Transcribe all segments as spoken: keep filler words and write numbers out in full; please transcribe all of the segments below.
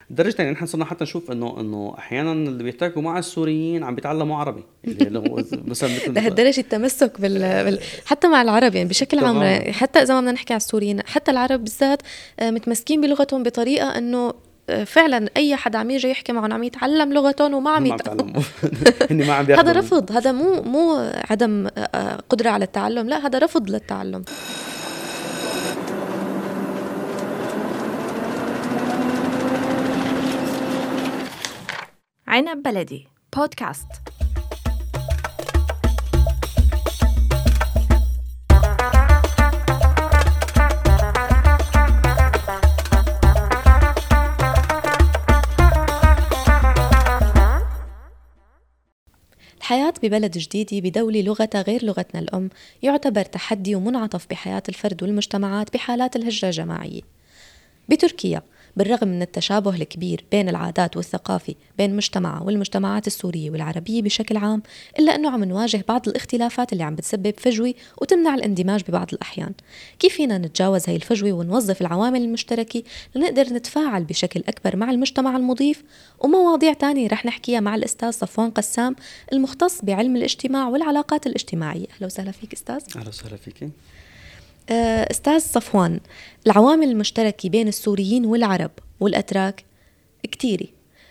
لدرجه يعني نحن صرنا حتى نشوف انه انه احيانا اللي بيحتكوا مع السوريين عم بيتعلموا عربي اللي هو مثلا مثل لهالدرجه التمسك بال... بال... حتى مع العرب يعني بشكل عام، حتى اذا ما بدنا نحكي على السوريين، حتى العرب بالذات متمسكين بلغتهم بطريقه انه فعلا اي حد عم يجي يحكي معهم عم يتعلم لغتهم وما عم يتعلم. ما عم هذا رفض، هذا مو مو عدم قدره على التعلم، لا هذا رفض للتعلم. عنب بلدي بودكاست. الحياة ببلد جديد بدولة لغتها غير لغتنا الأم يعتبر تحدي ومنعطف بحياة الفرد والمجتمعات بحالات الهجرة الجماعية. بتركيا بالرغم من التشابه الكبير بين العادات والثقافة بين مجتمعها والمجتمعات السورية والعربية بشكل عام، إلا أنه عم نواجه بعض الاختلافات اللي عم بتسبب فجوة وتمنع الاندماج ببعض الأحيان. كيف فينا نتجاوز هاي الفجوة ونوظف العوامل المشتركة لنقدر نتفاعل بشكل أكبر مع المجتمع المضيف؟ ومواضيع تانية رح نحكيها مع الأستاذ صفوان قسام المختص بعلم الاجتماع والعلاقات الاجتماعية. أهلا وسهلا فيك أستاذ. أهلا وسهلا فيك أستاذ صفوان. العوامل المشتركة بين السوريين والعرب والأتراك كتيرة،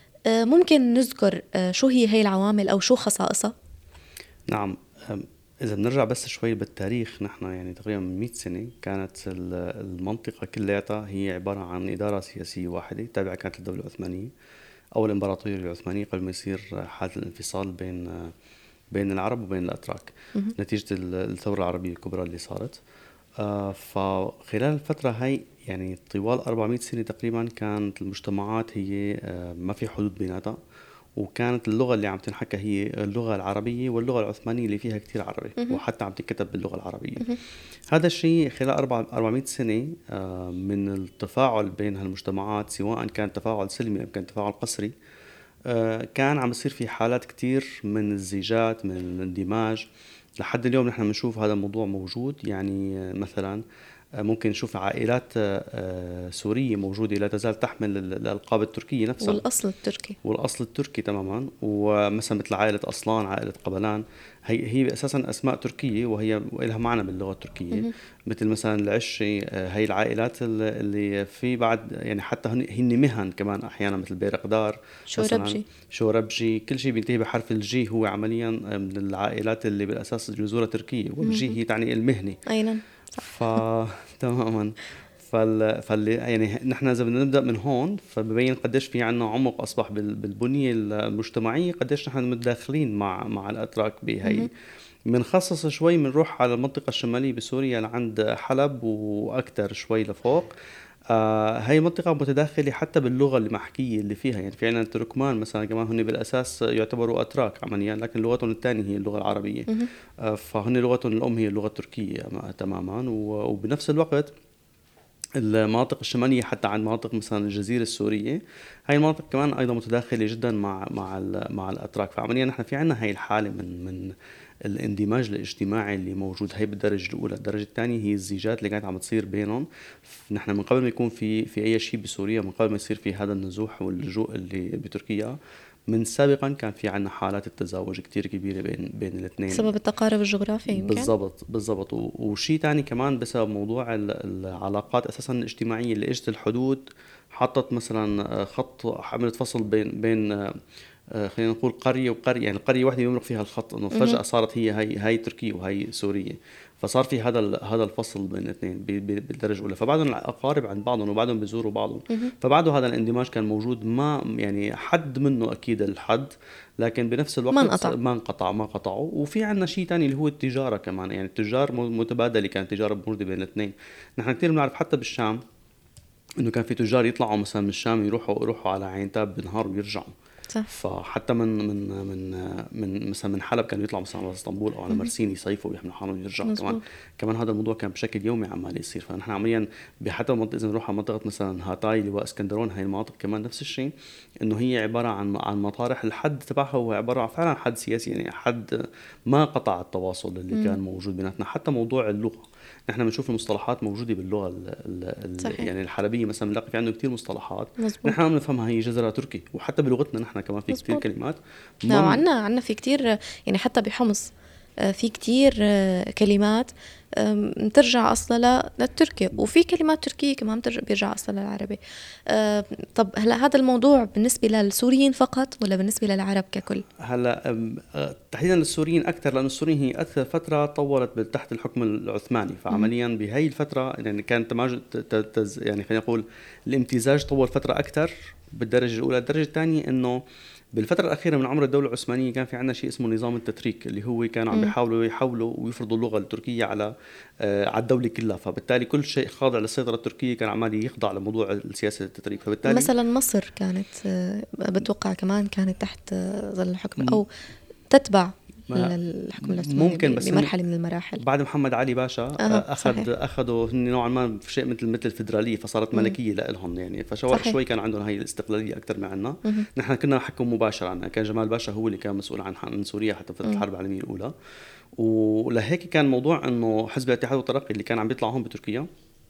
ممكن نذكر شو هي هاي العوامل أو شو خصائصها؟ نعم، إذا بنرجع بس شوي بالتاريخ، نحن يعني تقريبا مئة سنة كانت المنطقة كلها هي عبارة عن إدارة سياسية واحدة تابعة كانت للدولة العثمانية أو الإمبراطورية العثمانية قبل ما يصير حالة الانفصال بين بين العرب وبين الأتراك نتيجة الثورة العربية الكبرى اللي صارت. آه فخلال الفترة هاي يعني طوال أربعمئة سنة تقريبا كانت المجتمعات هي آه ما في حدود بيناتها، وكانت اللغة اللي عم تنحكى هي اللغة العربية واللغة العثمانية اللي فيها كتير عربي وحتى عم تكتب باللغة العربية. هذا الشيء خلال أربعمئة سنة آه من التفاعل بين هالمجتمعات، سواء كان تفاعل سلمي أو كان تفاعل قسري، آه كان عم يصير في حالات كتير من الزيجات، من الاندماج. لحد اليوم نحن بنشوف هذا الموضوع موجود. يعني مثلا ممكن نشوف عائلات سورية موجودة لا تزال تحمل الألقاب التركية نفسها والأصل التركي والأصل التركي تماما. ومثلا مثل عائلة أصلان، عائلة قبلان، هي هي أساسا أسماء تركية وهي لها معنى باللغة التركية. مثل مثلا العشي، هي العائلات اللي في بعد يعني حتى هن مهن كمان أحيانا، مثل بيرقدار، شوربجي شوربجي كل شيء بينتهي بحرف الجي هو عمليا من العائلات اللي بالأساس جذورها تركية، والجي هي تعني المهنة. أيضا ف تماما. فال... فال... يعني نحن إذا بدنا نبدأ من هون فببين قديش في عنا عمق أصبح بال... بالبنية المجتمعية، قديش نحن متداخلين مع مع الأتراك بهاي. منخصص شوي منروح على المنطقة الشمالية بسوريا لعند حلب وأكتر شوي لفوق. آه هاي منطقة متداخلة حتى باللغة اللي محكية اللي فيها. يعني في عنا التركمان مثلا كمان، هن بالأساس يعتبروا أتراك عمليا، لكن لغتهم الثانية هي اللغة العربية. آه فهن لغتهم الأم هي اللغة التركية تماما. وبنفس الوقت المناطق الشمالية حتى عند مناطق مثلا الجزيرة السورية، هاي المناطق كمان أيضا متداخلة جدا مع مع مع الأتراك. فعمليا نحن في عنا هاي الحالة من من الاندماج الاجتماعي اللي موجود. هي بالدرجة الأولى. الدرجة الثانية هي الزيجات اللي كانت عم تصير بينهم. نحن من قبل ما يكون في في أي شيء بسوريا، من قبل ما يصير في هذا النزوح واللجوء اللي بتركيا، من سابقا كان في عنا حالات التزاوج كتير كبيرة بين بين الاثنين بسبب التقارب الجغرافي يمكن. بالضبط بالضبط. وشيء تاني كمان بسبب موضوع العلاقات أساسا الاجتماعية اللي اجت الحدود حطت مثلا خط، عملت فصل بين بين خلينا نقول قرية وقرية. يعني القرية واحدة يمرق فيها الخط، انه فجأة صارت هي هاي هاي تركيا وهي سورية، فصار في هذا هذا الفصل بين الاثنين بالدرجة الأولى. فبعدهم أقارب عند بعضهم وبعدهم بيزوروا بعضهم. فبعده هذا الاندماج كان موجود، ما يعني حد منه أكيد الحد، لكن بنفس الوقت ما انقطع ما انقطع ما قطعوا. وفي عنا شيء تاني اللي هو التجارة كمان. يعني التجار متبادلة، كانت تجارة موجودة بين الاثنين. نحن كتير بنعرف حتى بالشام إنه كان في تجار يطلعوا مثلا من الشام يروحوا يروحوا على عين تاب بالنهار ويرجعوا. صح. فحتى من من من من مثلا من حلب كانوا يطلعوا مثلا على اسطنبول او على مرسين يصيفوا ويحملوا حالهم ويرجعوا. كمان كمان هذا الموضوع كان بشكل يومي عمال يصير. فنحن عمليا بحتى منطقه اذا نروح على منطقه مثلا هاتاي اللي هو اسكندرون، هاي المناطق كمان نفس الشيء، انه هي عباره عن عن مطارح. الحد تبعها هو عباره عن فعلا حد سياسي، يعني حد ما قطع التواصل اللي م. كان موجود بيناتنا. حتى موضوع اللغه، نحن بنشوف المصطلحات موجوده باللغه ال ال يعني الحلبيه مثلا، بنلاقي في عنده كثير مصطلحات نحن ما بنفهمها، هي جزرها تركي. وحتى بلغتنا نحن كمان في كثير كلمات نعم، عندنا عندنا في كثير يعني حتى بحمص في كتير كلمات ترجع أصلا للتركي، وفي كلمات تركية كمان بيرجع أصلا للعربي. طب هلا هذا الموضوع بالنسبة للسوريين فقط ولا بالنسبة للعرب ككل؟ هلا تحديدا للسوريين أكثر، لأن السوريين هي أكثر فترة طولت تحت الحكم العثماني، فعمليا بهاي الفترة يعني كان تماجد يعني خلينا نقول الامتزاج طول فترة أكثر بالدرجة الأولى. الدرجة الثانية إنه بالفترة الأخيرة من عمر الدولة العثمانية كان في عندنا شيء اسمه نظام التتريك، اللي هو كانوا عم بيحاولوا يحاولوا ويفرضوا اللغة التركية على آه على الدولة كلها، فبالتالي كل شيء خاضع للسيطرة التركية كان عمال يخضع لموضوع السياسة التتريك. فبالتالي مثلا مصر كانت آه بتوقع كمان كانت تحت آه ظل الحكم أو تتبع الحكم العثماني ممكن، بس بمرحله من المراحل. بعد محمد علي باشا أه اخذ صحيح. اخذوا نوعا ما شيء مثل مثل الفدراليه، فصارت ملكيه لهم يعني، فشوي كان عندهم هاي الاستقلاليه اكثر من عنا. نحن كنا حكم مباشر عنا، كان جمال باشا هو اللي كان مسؤول عن عن سوريا حتى فتره الحرب العالميه الاولى. ولهيك كان موضوع انه حزب الاتحاد والترقي اللي كان عم بيطلع هون بتركيا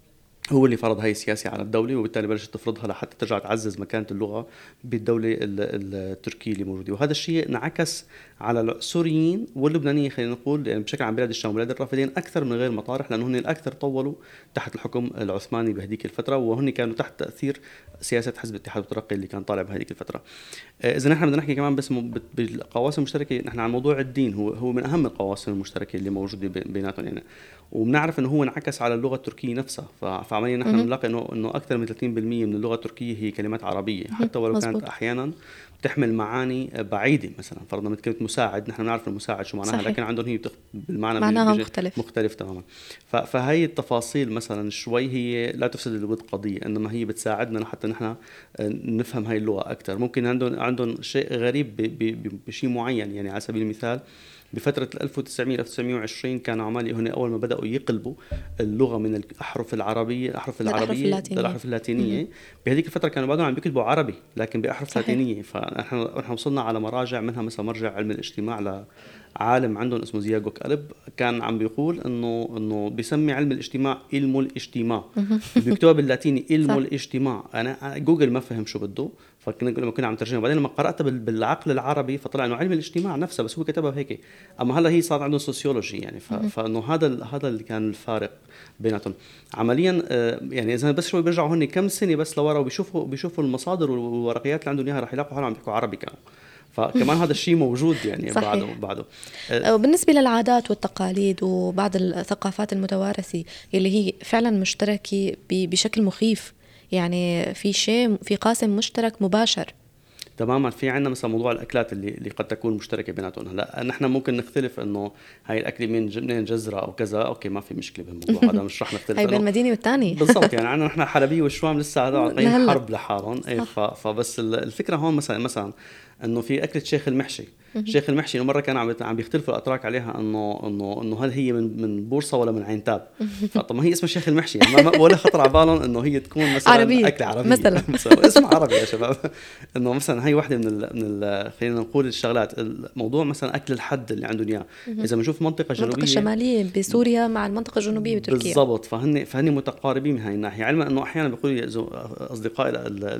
هو اللي فرض هاي السياسة على الدولة، وبالتالي بلشت تفرضها لحتى ترجع تعزز مكانة اللغة بالدولة التركية اللي موجودة. وهذا الشيء انعكس على السوريين واللبنانيين خلينا نقول يعني بشكل عام بلاد الشام وبلاد الرافدين أكثر من غير مطارح، لأنه هن الأكثر طولوا تحت الحكم العثماني بهديك الفترة، وهن كانوا تحت تأثير سياسة حزب الاتحاد والترقي اللي كان طالع بهديك الفترة. إذا نحن بدنا نحكي كمان بس بالقواسم المشتركة، نحن عن موضوع الدين هو هو من أهم القواسم المشتركة اللي موجودة بيناتهم يعني، وبنعرف انه هو انعكس على اللغه التركيه نفسها. فعمليا نحن بنلاقي انه انه اكثر من ثلاثين بالمئة من اللغه التركيه هي كلمات عربيه، حتى ولو مزبوط. كانت احيانا تحمل معاني بعيده، مثلا فرضنا مثل كلمه مساعد، نحن بنعرف المساعد شو معناها، لكن عندهم هي بتخ... بالمعنى معناها مختلف مختلف تماما. فهي التفاصيل مثلا شوي هي لا تفسد الود قضيه، انما هي بتساعدنا حتى نحن نفهم هاي اللغه اكثر. ممكن عندهم عندهم شيء غريب بشيء معين، يعني على سبيل المثال بفترة ألف وتسعمئة إلى ألف وتسعمئة وعشرين كانوا عمالي هنا أول ما بدأوا يقلبوا اللغة من الأحرف العربية الأحرف العربية للأحرف اللاتينية. بهذيك الفترة كانوا بعدهم عم بيكتبوا عربي لكن بأحرف لاتينية. فنحن نحن وصلنا على مراجع منها مثلا مرجع علم الاجتماع لعالم عندهم اسمه زياغو كالب، كان عم بيقول إنه إنه بيسمي علم الاجتماع علم الاجتماع، بيكتبها باللاتيني علم الاجتماع. أنا جوجل ما فهم شو بده، فكنا لما كنا عم ترجمه، بعدين لما قرأتها بالعقل العربي فطلع انه علم الاجتماع نفسه، بس هو كتبها هيك. اما هلا هي صار عندهم سوسيولوجي يعني، فانه هذا هذا اللي كان الفارق بيناتهم عمليا. يعني اذا بس شوي بيرجعوا هن كم سنه بس لورا وبيشوفوا بيشوفوا المصادر والورقيات اللي عندهم اياها، رح يلاقوا حالهم عم بيحكوا عربي كانوا. فكمان هذا الشيء موجود يعني بعده بعده. وبالنسبه للعادات والتقاليد وبعض الثقافات المتوارثه اللي هي فعلا مشتركه بشكل مخيف، يعني في شيء في قاسم مشترك مباشر تماما. في عندنا مثلا موضوع الاكلات اللي اللي قد تكون مشتركه بيناتهم. هلا نحن ممكن نختلف انه هاي الاكله من منين جزره او كذا، اوكي ما في مشكله بالموضوع هذا، مش رح نختلف. هي بين المدينه والثانيه بالضبط يعني عندنا نحن حلبيه والشوام لسه هذا عاطين حرب لحالهم. ايه فبس الفكره هون مثلا مثلا انه في اكله شيخ المحشي. شيخ المحشي مره كان عم عم بيختلفوا الاتراك عليها انه انه انه هل هي من من بورصه ولا من عينتاب. فطب ما هي اسمها شيخ المحشي يعني، ما ولا خطر على بالهم انه هي تكون مثلا عربية. اكله عربيه مثلا اسم عربي يا شباب. انه مثلا هي واحده من ال من ال خلينا نقول الشغلات. الموضوع مثلا اكل الحد اللي عندهم اياه، اذا بنشوف منطقه جنوبيه المنطقه الشماليه بسوريا مع المنطقه الجنوبيه بتركيا بالضبط، فهن فهن متقاربين من هاي الناحيه. علما انه احيانا بيقولوا اصدقائي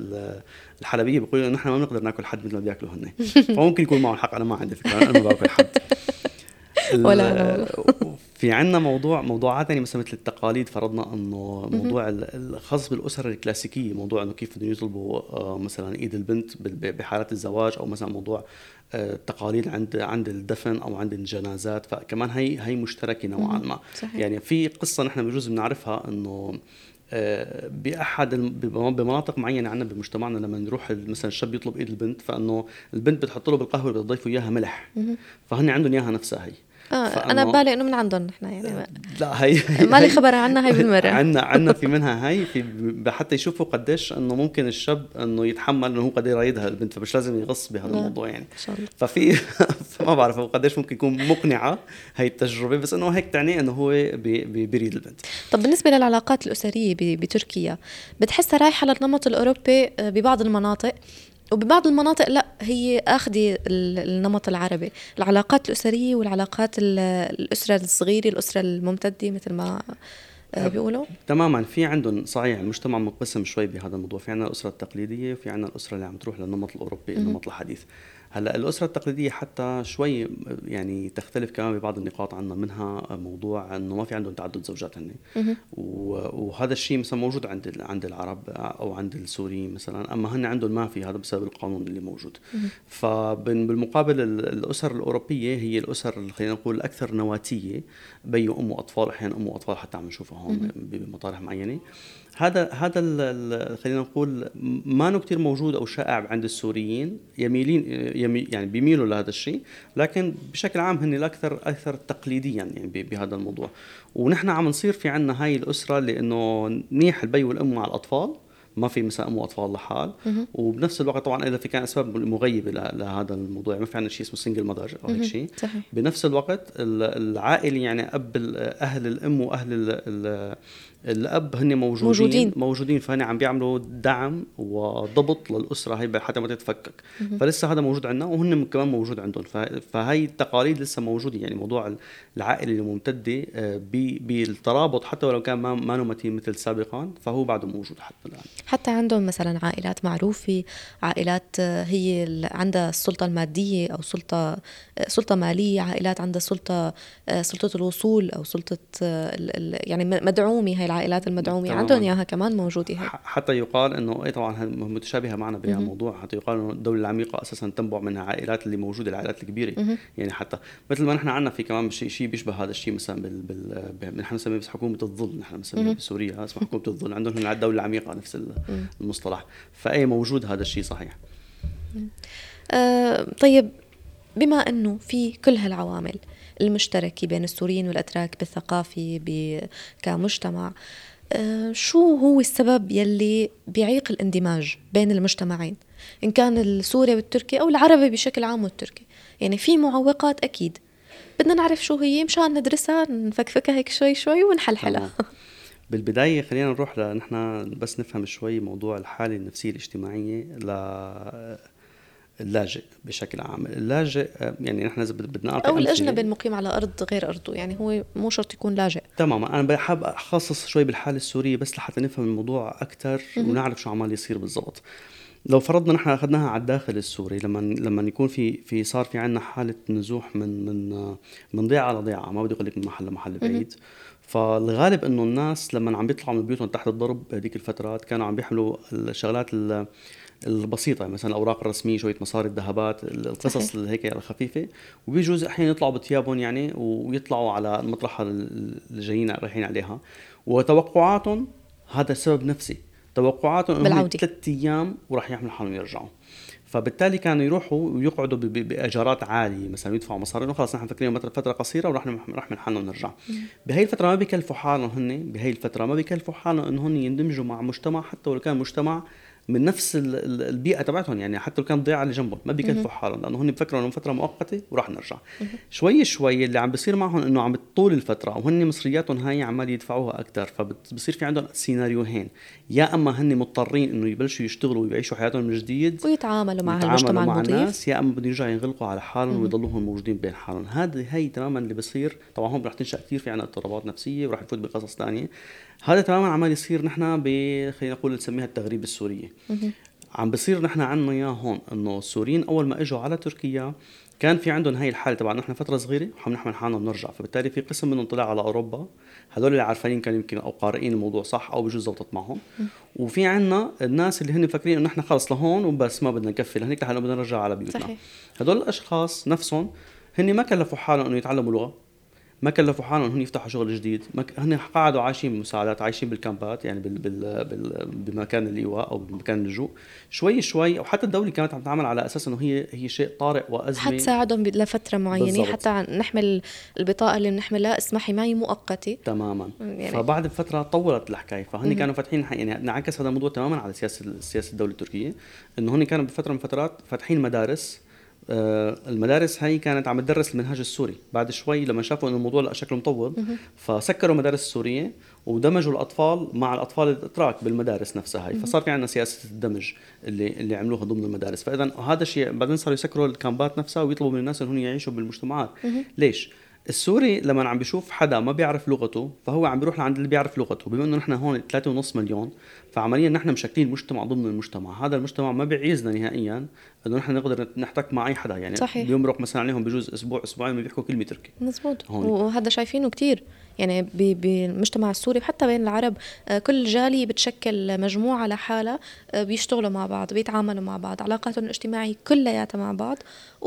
الحلبيه بيقولوا انه نحن ما بنقدر ناكل حد مثل ما بياكلوا هن، فممكن يكون معهم الحق. انا ما عندي فكره، انا ما باكل حد ولا في عنا موضوع موضوعات ثانيه مثلا مثل التقاليد. فرضنا انه موضوع الخاص بالاسر الكلاسيكيه، موضوع انه كيف بدهم يطلبوا مثلا ايد البنت بحالات الزواج، او مثلا موضوع التقاليد عند عند الدفن او عند الجنازات، فكمان هي هي مشتركه نوعا ما. يعني في قصه نحن بجوز بنعرفها انه بأحد بمناطق معينة عندنا بمجتمعنا لما نروح مثلا الشاب يطلب إيد البنت، فإنه البنت بتحط له بالقهوة بتضيفوا إياها ملح، فهن عندهم إياها نفسها هي. آه أنا بالي إنه من عندهم نحن يعني لا هي ما لي خبر عنها هاي بالمرة. عنا عنا في منها هاي في حتى يشوفوا قديش إنه ممكن الشاب إنه يتحمل إنه هو قد يرايدها البنت، فمش لازم يغص بهذا الموضوع يعني. ففي ما بعرف قديش ممكن يكون مقنعة هاي التجربة، بس إنه هيك تعني إنه هو بيريد البنت. طب بالنسبة للعلاقات الأسرية بتركيا، بتحسها رايحة للنمط الأوروبي ببعض المناطق، وببعض المناطق لا، هي أخذي النمط العربي، العلاقات الأسرية والعلاقات الأسرة الصغيرة، الأسرة الممتدة مثل ما بيقولوا. تماما. في عندهم صحيح المجتمع منقسم شوي بهذا الموضوع، في عنا الأسرة التقليدية وفي عنا الأسرة اللي عم تروح للنمط الأوروبي، النمط الحديث. هلا الأسرة التقليدية حتى شوي يعني تختلف كمان ببعض النقاط عنا، منها موضوع إنه ما في عندهم تعدد زوجات هن، وهذا الشيء مثلا موجود عند عند العرب أو عند السوريين مثلا، أما هن عندهم ما في، هذا بسبب القانون اللي موجود. فبالمقابل الأسر الأوروبية هي الأسر خلينا نقول الأكثر نواتية، بي وأم وأطفال، أحيانا أم وأطفال حتى عم نشوفها هون بمطارح معينة. هذا هذا خلينا نقول ما نو كتير موجود أو شائع عند السوريين، يميلين يمي يعني بيميلوا لهذا الشيء، لكن بشكل عام هن الأكثر أكثر تقليديا يعني بهذا الموضوع. ونحن عم نصير في عنا هاي الأسرة لأنه منيح البي والأم مع الأطفال، ما في مثلا أم وأطفال لحال، وبنفس الوقت طبعا إذا في كان أسباب مغيبة لهذا الموضوع، يعني ما في عندنا شيء اسمه سنجل مادر أو هيك شيء. بنفس الوقت العائلة يعني أب أهل الأم وأهل ال الأب هن موجودين موجودين, موجودين فهن عم بيعملوا دعم وضبط للأسرة هي حتى ما تتفكك. فلسه هذا موجود عندنا وهن كمان موجود عندهم، فهي التقاليد لسه موجودة. يعني موضوع العائلة الممتدة بالترابط حتى ولو كان ما ما متين مثل سابقا، فهو بعده موجود حتى الآن. حتى عندهم مثلا عائلات معروفة، عائلات هي عندها السلطة المادية أو سلطة سلطة مالية، عائلات عندها سلطة سلطة الوصول أو سلطة يعني مدعومة، هاي العائلات المدعومة عندهم إياها كمان موجودة. هي حتى يقال إنه إيه طبعا متشابهة معنا بهذا الموضوع، حتى يقال إنه الدولة العميقة أساسا تنبع منها عائلات اللي موجودة، العائلات الكبيرة. مم. يعني حتى مثل ما نحن عنا في كمان شيء شيء بيشبه هذا الشيء مثلا بال بال نحن نسميه بس حكومة الظل، نحن نسميه بسوريا اسمها حكومة الظل، عندهم هنا الدولة العميقة نفس المصطلح. فأي موجود هذا الشيء صحيح. آه طيب، بما أنه في كل هالعوامل المشتركة بين السوريين والأتراك بالثقافة كمجتمع، آه شو هو السبب يلي بيعيق الاندماج بين المجتمعين، إن كان السوري والتركي أو العربي بشكل عام والتركي؟ يعني في معوقات أكيد بدنا نعرف شو هي مشان ندرسها نفكفكها هيك شوي شوي ونحلحلها. بالبداية خلينا نروح لنحن بس نفهم شوي موضوع الحالة النفسية الاجتماعية للاجئ بشكل عام. اللاجئ يعني نحن إذا بدنا نعطي أو الأجنبي المقيم على أرض غير أرضه، يعني هو مو شرط يكون لاجئ. تماما. أنا بحب أخصص شوي بالحالة السورية بس لحتى نفهم الموضوع أكتر ونعرف شو عمال يصير بالضبط. لو فرضنا نحن أخذناها على الداخل السوري، لما لما يكون في في صار في عنا حالة نزوح من من من ضيعة لضيعة، ما بدي أقول لك من محل لمحل بعيد. فالغالب إنه الناس لما عم بيطلعوا من بيوتهم تحت الضرب هذيك الفترات كانوا عم بيحملوا الشغلات البسيطة، مثلا الأوراق الرسمية، شوية مصاري، الذهبات، القصص اللي هيك الخفيفة، وبيجوز أحيانا يطلعوا بثيابهم يعني ويطلعوا على المطرح اللي جايين رايحين عليها، وتوقعاتهم هذا سبب نفسي، توقعاتهم انهم ثلاث ايام وراح يحملوا حالهم يرجعوا. فبالتالي كانوا يروحوا ويقعدوا باجارات عاليه، مثلا يدفعوا مصاري انه خلص نحن فاكرين فتره قصيره وراح راح من حالنا نرجع. بهي الفتره ما بيكلفوا حالهم هن بهي الفتره ما بيكلفوا حالهم انه هن يندمجوا مع مجتمع، حتى ولو كان مجتمع من نفس البيئه تبعتهم، يعني حتى لو كان ضيعه اللي جنبهم ما بيكلفوا حالهم، لانه هن بفكروا انه فتره مؤقته وراح نرجع. شوي شوي اللي عم بيصير معهم انه عم بتطول الفتره وهن مصرياتهم هاي عمال يدفعوها اكثر، فبصير في عندهم سيناريوهين، يا اما هن مضطرين انه يبلشوا يشتغلوا ويعيشوا حياتهم من جديد ويتعاملوا مع المجتمع المضيف، يا اما بدهم يرجعوا ينغلقوا على حالهم ويضلوهم موجودين بين حالهم. هذا هي تماما اللي بيصير. طبعا هم رح تنشا كثير في عنا اضطرابات نفسيه ورح نفوت بقصص ثانيه. هذا تماما عمال يصير. نحن خلينا نقول نسميها التغريب السوريه. عم بصير نحن عنا اياه هون، انه السوريين اول ما اجوا على تركيا كان في عندهم هاي الحاله تبع نحن فتره صغيره وحنا نحمل حالنا بنرجع، فبالتالي في قسم منهم طلع على اوروبا، هذول اللي عارفين كانوا يمكن او قارئين الموضوع صح او بجوز زبطت معهم. وفي عنا الناس اللي هن فاكرين انه نحن خلص لهون وبس ما بدنا نكفي لهنيك لحالنا بدنا نرجع على بيوتنا. صحيح. هذول الاشخاص نفسهم هن ما كلفوا حالهم انه يتعلموا لغه، ما كلفوا حالهم هن يفتحوا شغل جديد، هن قاعدوا عايشين بالمساعدات، عايشين بالكامبات، يعني بال بال بال بمكان اللواء او بمكان اللجوء شوي شوي. وحتى الدوله كانت عم تعمل على اساس انه هي هي شيء طارئ وازمه حتساعدهم لفتره معينه بالزبط. حتى نحمل البطاقه اللي بنحملها اسمها حمايه مؤقته تماما يعني. فبعد فتره طولت الحكايه، فهن كانوا فاتحين يعني انعكس هذا الموضوع تماما على سياسه سياسه الدوله التركيه، انه هن كانوا بفتره من فترات فاتحين مدارس المدارس هاي كانت عم تدرس المنهاج السوري. بعد شوي لما شافوا انه الموضوع شكله مطول فسكروا المدارس السوريه ودمجوا الاطفال مع الاطفال الاتراك بالمدارس نفسها هاي. فصار في عندنا سياسه الدمج اللي اللي عملوها ضمن المدارس. فاذا هذا الشيء بعدين صاروا يسكروا الكامبات نفسها ويطلبوا من الناس انهم يعيشوا بالمجتمعات. ليش؟ السوري لما عم بيشوف حدا ما بيعرف لغته فهو عم بيروح لعند اللي بيعرف لغته. بما انه نحن هون ثلاثة ونص مليون فعمليا نحن مشكلين مجتمع ضمن المجتمع. هذا المجتمع ما بيعيزنا نهائيا انه نحن نقدر نحتك مع اي حدا يعني. صحيح. بيمرق مثلا عليهم بجوز اسبوع اسبوعين ما بيحكوا كلمه تركي. مزبوط. وهذا شايفينه كتير يعني بالمجتمع السوري حتى بين العرب. كل جالية بتشكل مجموعة لحالها بيشتغلوا مع بعض بيتعاملوا مع بعض علاقاتهم الاجتماعية كلياتها مع بعض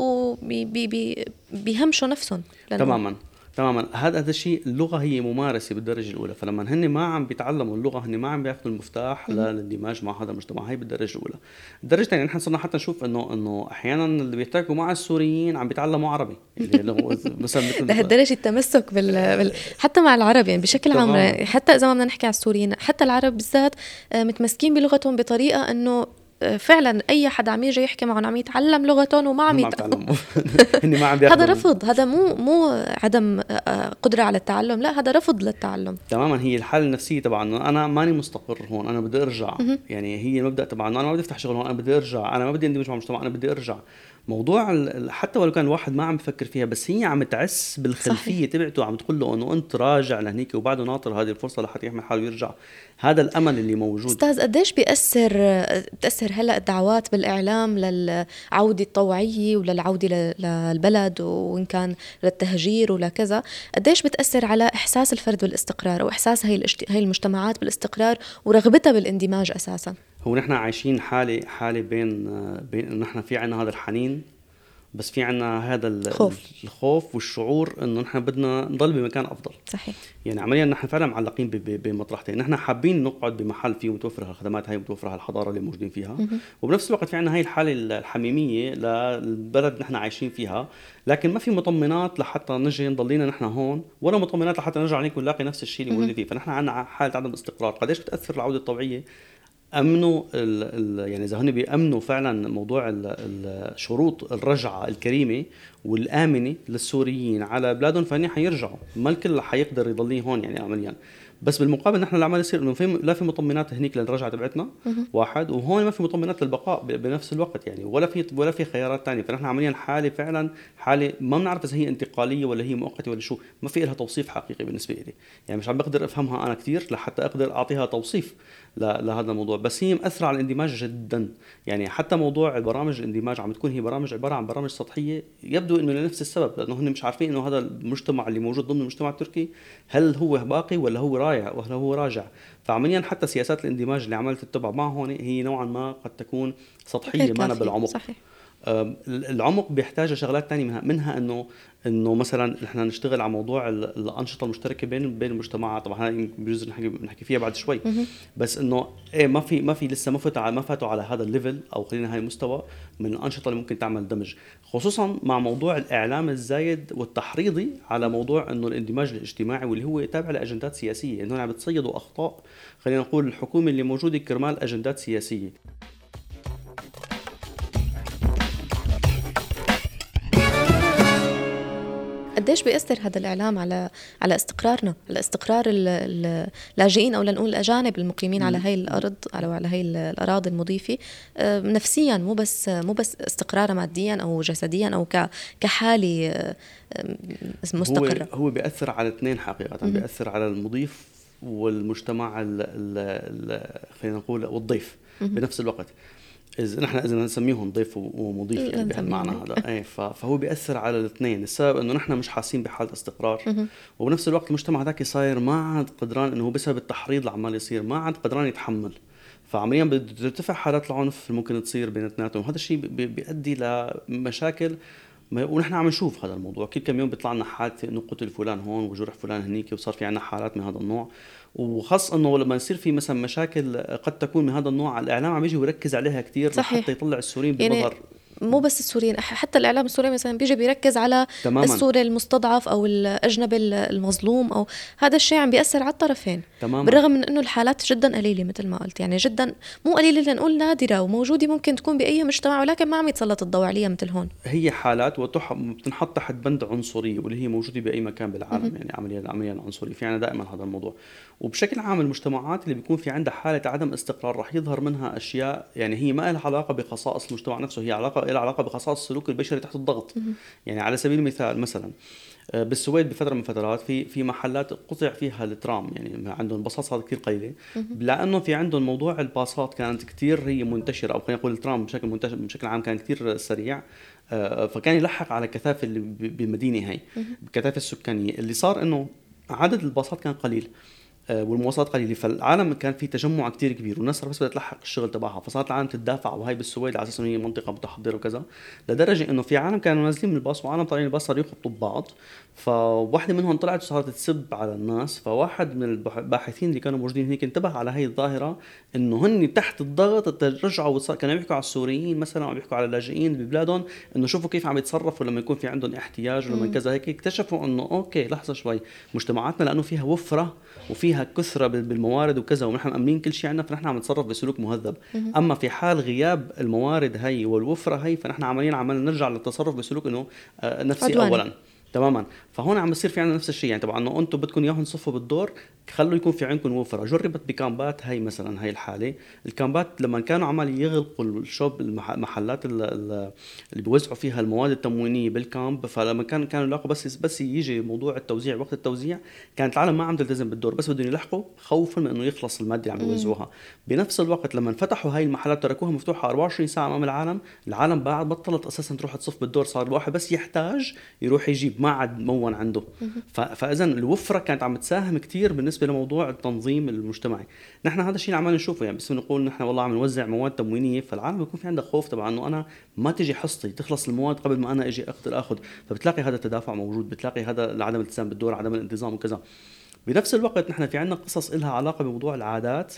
وبيهمشوا نفسهم. تماما تماما. هذا هذا الشيء اللغه هي ممارسه بالدرجه الاولى. فلما هن ما عم بيتعلموا اللغه هن ما عم بياخذوا المفتاح للاندماج مع هذا المجتمع. هي بالدرجه الاولى. الدرجه الثانيه نحن صرنا حتى نشوف انه انه احيانا اللي بيحتكوا مع السوريين عم بيتعلموا عربي يعني مثلا لهالدرجه التمسك بال... بال حتى مع العرب يعني بشكل عام. حتى اذا ما بدنا نحكي على السوريين حتى العرب بالذات متمسكين بلغتهم بطريقه انه فعلا اي حدا عم يجي يحكي معهم عم يتعلم لغتهم وما عم يتعلم. هذا رفض. هذا مو مو عدم قدره على التعلم لا هذا رفض للتعلم تماما. هي الحاله النفسيه طبعا انا ماني مستقر هون انا بدي ارجع. يعني هي المبدا طبعا انا ما بدي افتح شغل هون انا بدي ارجع. انا ما بدي اندمج مع المجتمع انا بدي ارجع. موضوع حتى ولو كان الواحد ما عم بفكر فيها بس هي عم تعس بالخلفيه تبعته عم تقول له انه انت راجع لهنيك وبعده ناطر هذه الفرصه لحتى يحمل حاله ويرجع. هذا الامل اللي موجود. استاذ قديش بيأثر بتأثر هلا الدعوات بالاعلام للعوده الطوعيه وللعوده للبلد وان كان للتهجير ولا كذا قديش بتأثر على احساس الفرد بالاستقرار واحساس هي هي المجتمعات بالاستقرار ورغبتها بالاندماج اساسا؟ هو نحن عايشين حالة حالة بين بين إنه نحن في عنا هذا الحنين بس في عنا هذا الخوف, الخوف والشعور إنه نحن بدنا نضل بمكان أفضل. صحيح. يعني عمليا نحن فعلا معلقين بمطرحتين. نحن حابين نقعد بمحل فيه متوفر هالخدمات هاي متوفر هالحضارة اللي موجودين فيها م- وبنفس الوقت في عنا هاي الحالة الحميمية للبلد نحن عايشين فيها لكن ما في مطمنات لحتى نجي نضلينا نحن هون ولا مطمنات لحتى نرجع عليك ونلاقي نفس الشيء اللي موجود فيه. فنحن عنا حالة عدم استقرار. قديش بتأثر العودة الطوعية؟ امنوا ال ال يعني اذا هن بيامنوا فعلا موضوع الشروط الرجعه الكريمه والامنه للسوريين على بلادهم فهن حيرجعوا. ما الكل حيقدر يضل هون يعني عمليا. بس بالمقابل نحن العمل يصير انه في لا في مطمنات هنيك للرجعه تبعتنا واحد وهون ما في مطمنات للبقاء بنفس الوقت يعني ولا في ولا في خيارات تانية. فنحن عمليا حاله فعلا حاله ما بنعرف اذا هي انتقاليه ولا هي مؤقته ولا شو. ما في لها توصيف حقيقي بالنسبه لي يعني مش عم بقدر افهمها انا كثير لحتى اقدر اعطيها توصيف لهذا الموضوع. بس هي مأثرة على الاندماج جدا يعني. حتى موضوع برامج الاندماج عم تكون هي برامج عبارة عن برامج سطحية يبدو انه لنفس السبب لانه هن مش عارفين انه هذا المجتمع اللي موجود ضمن المجتمع التركي هل هو باقي ولا هو رايح ولا هو راجع. فعمليا حتى سياسات الاندماج اللي عملت تتبع معه هون هي نوعا ما قد تكون سطحية ما بالعمق. صحيح. العمق بيحتاج شغلات تانية منها منها انه انه مثلا احنا نشتغل على موضوع الانشطه المشتركه بين بين المجتمعات. طبعا هاي بجوز نحكي نحكي فيها بعد شوي بس انه ايه ما في ما في لسه ما فاتوا ما فاتوا على هذا الليفل او خلينا هاي المستوى من الانشطه اللي ممكن تعمل دمج خصوصا مع موضوع الاعلام الزايد والتحريضي على موضوع انه الاندماج الاجتماعي واللي هو تابع لاجندات سياسيه. انه عم بتصيدوا اخطاء خلينا نقول الحكومه اللي موجوده كرمال اجندات سياسيه. قديش بيأثر هذا الإعلام على على استقرارنا على استقرار اللاجئين أو لنقول الأجانب المقيمين على هاي الأرض على على هاي الأراضي المضيفة نفسيا مو بس مو بس استقرار ماديا أو جسديا أو كحالة مستقرة. هو هو بيأثر على الاثنين حقيقة. بيأثر على المضيف والمجتمع خلينا نقول والضيف بنفس الوقت. إذا نحن إذا نسميهم ضيف ومضيف يعني بهالمعنى هذا إيه فهو بيأثر على الاثنين. السبب إنه نحن مش حاسين بحالة استقرار وبنفس الوقت المجتمع ذاك صاير ما عاد قدران إنه بسبب التحريض اللي عمال يصير ما عاد قدران يتحمل. فعمليا بترتفع حالات العنف ممكن تصير بيناتهم. وهذا الشيء بيؤدي لمشاكل ونحن عم نشوف هذا الموضوع. كل كم يوم بيطلع لنا حالة إنه قتل فلان هون وجرح فلان هنيك وصار في عنا حالات من هذا النوع. وخاصة إنه لما يصير في مثلا مشاكل قد تكون من هذا النوع الإعلام عم يجي ويركز عليها كتير لحتى يطلع السوريين بالمظهر. مو بس السوريين، حتى الإعلام السوري مثلا بيجي بيركز على تماماً. السوري المستضعف أو الأجنبي المظلوم، أو هذا الشيء عم بيأثر على الطرفين تماماً. بالرغم من أنه الحالات جدا قليلة مثل ما قلت، يعني جدا مو قليلة لنقول نادرة وموجودة، ممكن تكون بأي مجتمع ولكن ما عم يتسلط الضوء عليها مثل هون. هي حالات وتنحط تحت بند عنصرية واللي هي موجودة بأي مكان بالعالم. م- يعني عمليا عمليا عنصرية في عنا دائما هذا الموضوع. وبشكل عام المجتمعات اللي بيكون في عندها حالة عدم استقرار رح يظهر منها أشياء يعني هي ما لها علاقة بخصائص المجتمع نفسه، هي علاقة لها علاقة بخصائص السلوك البشري تحت الضغط. م- يعني على سبيل المثال مثلا بالسويد بفترة من فترات في في محلات قطع فيها الترام، يعني عندهم باصات كثير قليلة، لأنه في عندهم موضوع الباصات كانت كثير هي منتشرة، أو خلينا نقول الترام بشكل منتشر بشكل عام كان كثير سريع، فكان يلحق على كثافة اللي بالمدينة هاي الكثافة السكانية. اللي صار إنه عدد الباصات كان قليل والمواصلات قليله، فالعالم كان في تجمع كتير كبير والناس بس بدها تلحق الشغل تبعها، فصارت العالم تتدافع. وهي بالسويد على اساس انه هي منطقه متحضره وكذا، لدرجه انه في عالم كانوا نازلين من الباص وعالم طالعين الباص صاروا يخبطوا ببعض، فواحده منهم طلعت وصارت تسب على الناس. فواحد من الباحثين اللي كانوا موجودين هناك انتبه على هي الظاهره، انه هن تحت الضغط رجعوا كانوا يحكوا على السوريين مثلا او يحكوا على اللاجئين ببلادهم، انه شوفوا كيف عم يتصرفوا لما يكون في عندهم احتياج ولما كذا هيك. اكتشفوا انه اوكي لحظه شوي، مجتمعاتنا لانه فيها وفره وفيها كثره بالموارد وكذا ونحن مأمنين كل شيء عندنا، فنحن عم نتصرف بسلوك مهذب. اما في حال غياب الموارد هي والوفره هي، فنحن عمالين عمالين نرجع للتصرف بسلوك انه نفسي عدواني. اولا تماما. فهون عم بصير في عندنا نفس الشيء، يعني طبعا انه انتم بدكم اياهم تصفوا بالدور، خلوا يكون في عندكم وفره. جربت بكامبات هي مثلا، هي الحاله الكامبات لما كانوا عمال يغلقوا الشوب المحلات اللي بيوزعوا فيها المواد التموينيه بالكامب، فلما كان كانوا يلاقوا بس بس يجي موضوع التوزيع وقت التوزيع كانت العالم ما عم تلتزم بالدور، بس بدهم يلحقوا خوفا من انه يخلص الماده اللي عم يوزعوها. بنفس الوقت لما فتحوا هاي المحلات تركوها مفتوحه أربعة وعشرين ساعه امام العالم، العالم بعد بطلت اساسا تروح تصف بالدور، صار الواحد بس يحتاج يروح يجيب ما عاد مون عنده. فاذا الوفره كانت عم تساهم كتير بالنسبه لموضوع التنظيم المجتمعي. نحن هذا الشيء اللي عم نشوفه، يعني بس نقول نحن والله عم نوزع مواد تموينيه، فالعالم بيكون في عنده خوف طبعا انه انا ما تجي حصتي تخلص المواد قبل ما انا اجي اقدر اخذ، فبتلاقي هذا التدافع موجود، بتلاقي هذا عدم الالتزام بالدور، عدم الانتظام وكذا. بنفس الوقت نحن في عندنا قصص لها علاقه بموضوع العادات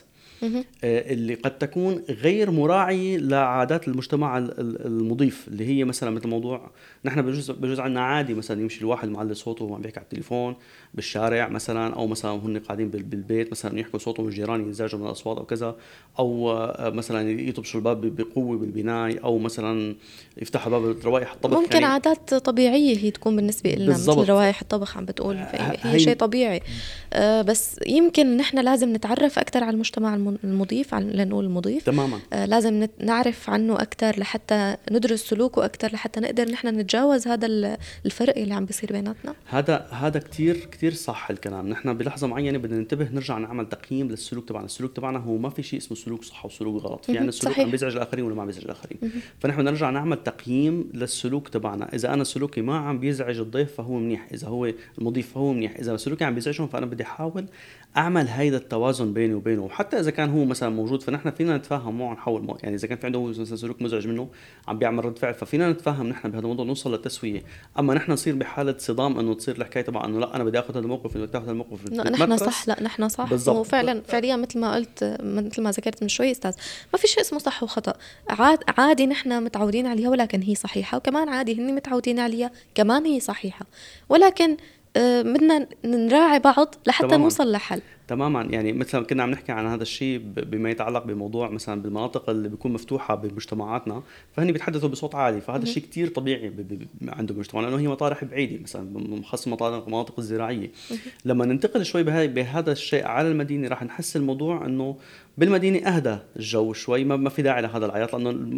اللي قد تكون غير مراعي لعادات المجتمع المضيف، اللي هي مثلا مثل موضوع نحن بجوز بجوز عندنا عادي مثلا يمشي الواحد معلي صوته وعم بيحكي على التليفون بالشارع مثلا، او مثلا هن قاعدين بالبيت مثلا يحكوا صوتهم الجيران ينزعجوا من الاصوات او كذا، او مثلا يطبشوا الباب بقوه بالبناي، او مثلا يفتحوا باب روائح الطبخ. ممكن يعني عادات طبيعيه هي تكون بالنسبه لنا مثل روائح الطبخ عم بتقول، هي, هي شيء طبيعي. آه بس يمكن نحن لازم نتعرف اكثر على المجتمع المضيف، لنقول المضيف تماما. آه لازم نعرف عنه اكثر لحتى ندرس سلوكه اكثر، لحتى نقدر نحن نتجاوز هذا الفرق اللي عم بيصير بيناتنا. هذا هذا كتير كتير صح الكلام. نحن بلحظه معينه بدنا ننتبه نرجع نعمل تقييم للسلوك تبعنا. السلوك تبعنا هو ما في شيء اسمه سلوك صح وسلوك غلط، في يعني السلوك صحيح. عم بيزعج الاخرين ولا ما بيزعج الاخرين. فنحن نرجع نعمل تقييم للسلوك تبعنا. اذا انا سلوكي ما عم بيزعج الضيف فهو منيح، اذا هو المضيف فهو منيح، اذا سلوكي عم بيزعجهم فانا بدي احاول اعمل هيدا التوازن بيني وبينه. وحتى اذا كان هو مثلا موجود فنحن فينا نتفاهم معه نحاول، يعني اذا كان في عنده مثلا سلوك مزعج منه عم بيعمل رد فعل، ففينا نتفاهم نحن بهذا الموضوع نوصل للتسويه. اما نحن نصير بحاله صدام انه تصير الحكايه تبع انه لا انا بدي اخذ هذا الموقف انه تاخذ الموقف لا نحن صح لا نحن صح. وفعلا فعليا مثل ما قلت مثل ما ذكرت من شوي استاذ، ما في شيء اسمه صح وخطا. عاد عادي نحن متعودين عليها ولكن هي صحيحه، وكمان عادي هن متعودين عليها كمان هي صحيحه، ولكن بدنا نراعي بعض لحتى تماماً. نوصل لحل. تماما. يعني مثلا كنا عم نحكي عن هذا الشيء بما يتعلق بموضوع مثلا بالمناطق اللي بيكون مفتوحه بمجتمعاتنا، فهني بيتحدثوا بصوت عالي، فهذا الشيء كتير طبيعي عنده مجتمع لانه هي مطارح بعيده مثلا مخصص مطارح المناطق الزراعيه. لما ننتقل شوي بهذا الشيء على المدينه راح نحس الموضوع انه بالمدينه اهدى الجو شوي، ما في داعي لهذا العياط لانه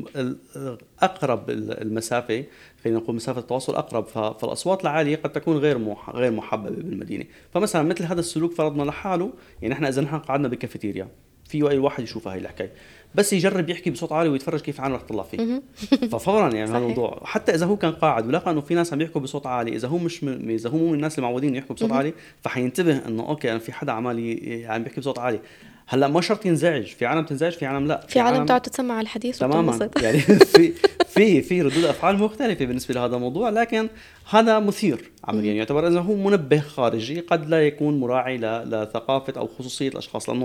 اقرب المسافه، خلينا نقول مسافه التواصل اقرب، فالاصوات العاليه قد تكون غير غير محببه بالمدينه. فمثلا مثل هذا السلوك فرضنا لحاله، يعني احنا اذا نحن قعدنا بكافيتيريا في اي واحد يشوف هاي الحكايه بس يجرب يحكي بصوت عالي ويتفرج كيف عالم رح تطلع فيه ففورا يعني هذا الموضوع. حتى اذا هو كان قاعد ولقى انه في ناس عم يحكوا بصوت عالي، اذا هو مش م... اذا هو مو من الناس اللي معودين يحكوا بصوت عالي، فحينتبه انه اوكي انا في حدا عمال ي... عم بيحكي بصوت عالي. هلا ما شرط ينزعج، في عالم تنزعج في عالم لا، في, في عالم تقعد تسمع الحديث تماما يعني في في في ردود افعال مختلفه بالنسبه لهذا الموضوع، لكن هذا مثير عمليا يعني يعتبر اذا هو منبه خارجي قد لا يكون مراعي لثقافه او خصوصيه الاشخاص، لانه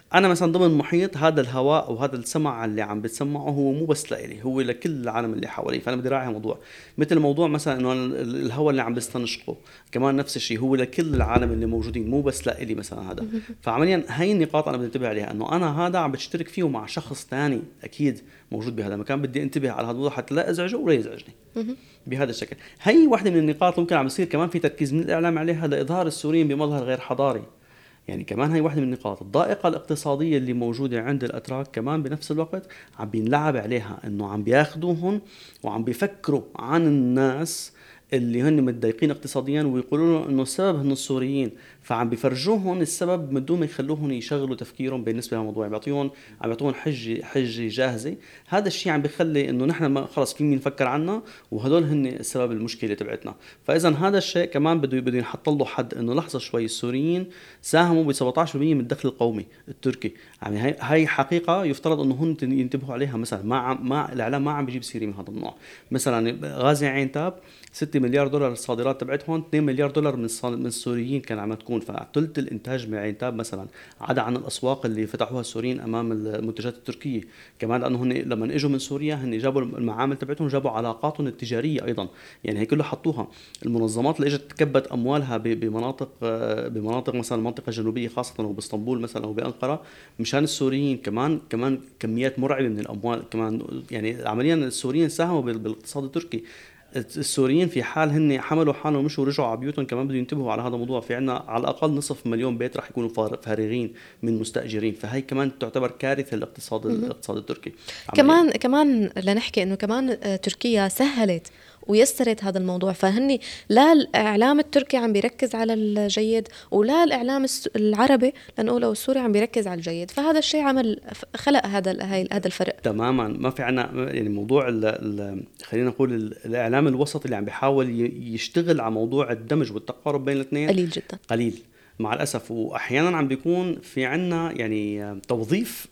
انا مثلا ضمن محيط هذا الهواء وهذا السمع اللي عم بتسمعه هو مو بس لإلي، هو لكل العالم اللي حوالي، فانا بدي راعي موضوع مثل موضوع مثلا انه الهواء اللي عم بستنشقه كمان نفس الشيء هو لكل العالم اللي موجودين مو بس لإلي مثلا هذا. فعمليا هاي النقاط انا بدي انتبه عليها، انه انا هذا عم بشترك فيه مع شخص ثاني اكيد موجود بهذا المكان، بدي انتبه على هذا الموضوع حتى لا ازعجه ولا يزعجني بهذا الشكل. هي واحدة من النقاط ممكن عم يصير كمان في تركيز من الإعلام عليها لإظهار السوريين بمظهر غير حضاري. يعني كمان هي واحدة من النقاط الضائقة الاقتصادية اللي موجودة عند الأتراك، كمان بنفس الوقت عم بينلعب عليها إنه عم بياخدوهم وعم بيفكروا عن الناس اللي هن متضايقين اقتصاديا ويقولوا له انه السبب هن السوريين، فعم بيفرجوهم السبب من دون ما يخلوهم يشغلوا تفكيرهم بالنسبه للموضوع، عم بيعطيهم عم بيعطوهم حجه حجه جاهزه. هذا الشيء عم بيخلي انه نحن ما خلص في مين نفكر عنا وهدول هن السبب المشكله تبعتنا. فاذا هذا الشيء كمان بده بده ينحط له حد، انه لحظه شوي السوريين ساهموا ب سبعة عشر بالمئة من الدخل القومي التركي، يعني هي هي حقيقه يفترض انه هن ينتبهوا عليها. مثلا ما ما الاعلام ما عم بيجيب سيره من هذا النوع. مثلا غازي عينتاب ستة مليار دولار الصادرات تبعتهم، اثنين مليار دولار من من السوريين كان عم تكون، فثلث الانتاج من عينتاب مثلا عدا عن الاسواق اللي فتحوها السوريين امام المنتجات التركيه. كمان لانه هن لما اجوا من سوريا هن جابوا المعامل تبعتهم، جابوا علاقاتهم التجاريه ايضا، يعني هي كله حطوها. المنظمات اللي اجت تكبت اموالها بمناطق بمناطق مثلا المنطقه الجنوبيه خاصه وباسطنبول مثلا او بانقره مشان السوريين، كمان كمان كميات مرعبه من الاموال كمان. يعني عمليا السوريين ساهموا بالاقتصاد التركي. السوريين في حال هن حملوا حالهم ومشوا ورجعوا على بيوتهم كمان بدهم ينتبهوا على هذا الموضوع. في عنا على الأقل نصف مليون بيت رح يكونوا فارغين من مستأجرين، فهي كمان تعتبر كارثة للاقتصاد الاقتصاد التركي. كمان كمان لنحكي إنه كمان تركيا سهلت ويسرت هذا الموضوع، فهني لا الإعلام التركي عم بيركز على الجيد ولا الإعلام العربي لنقول أو السوري عم بيركز على الجيد، فهذا الشيء عمل خلق هذا هذا الفرق تماما. ما في عنا يعني موضوع ال ال خلينا نقول الإعلام الوسط اللي عم بيحاول يشتغل على موضوع الدمج والتقارب بين الاثنين قليل جدا قليل مع الأسف. وأحيانا عم بيكون في عنا يعني توظيف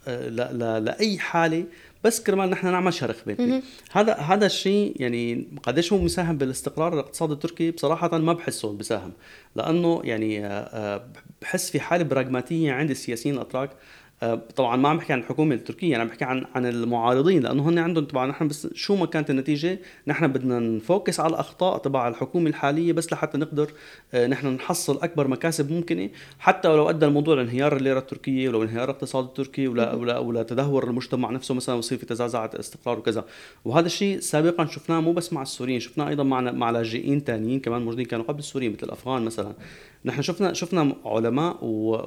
لأي حالة بس كرمال نحن نعمل شرخ بيننا. هذا هذا الشيء يعني قديش هو مساهم بالاستقرار الاقتصادي التركي؟ بصراحة ما بحسه بساهم، لأنه يعني بحس في حالة براغماتية عند السياسيين الأتراك. طبعا ما عم بحكي عن الحكومه التركيه، انا عم بحكي عن عن المعارضين، لانه هن عندهم طبعا نحن بس شو ما كانت النتيجه نحن بدنا نفوكس على الاخطاء تبع الحكومه الحاليه بس لحتى نقدر نحن نحصل اكبر مكاسب ممكنه، حتى ولو ادى الموضوع لانهيار الليره التركيه ولو انهيار الاقتصاد التركي ولا ولا, ولا تدهور المجتمع نفسه مثلا ويصير في تزعزعه استقرار وكذا. وهذا الشيء سابقا شفناه مو بس مع السوريين، شفناه ايضا مع مع لاجئين ثانيين كمان موجودين كانوا قبل السوريين مثل الافغان مثلا. نحن شفنا شفنا علماء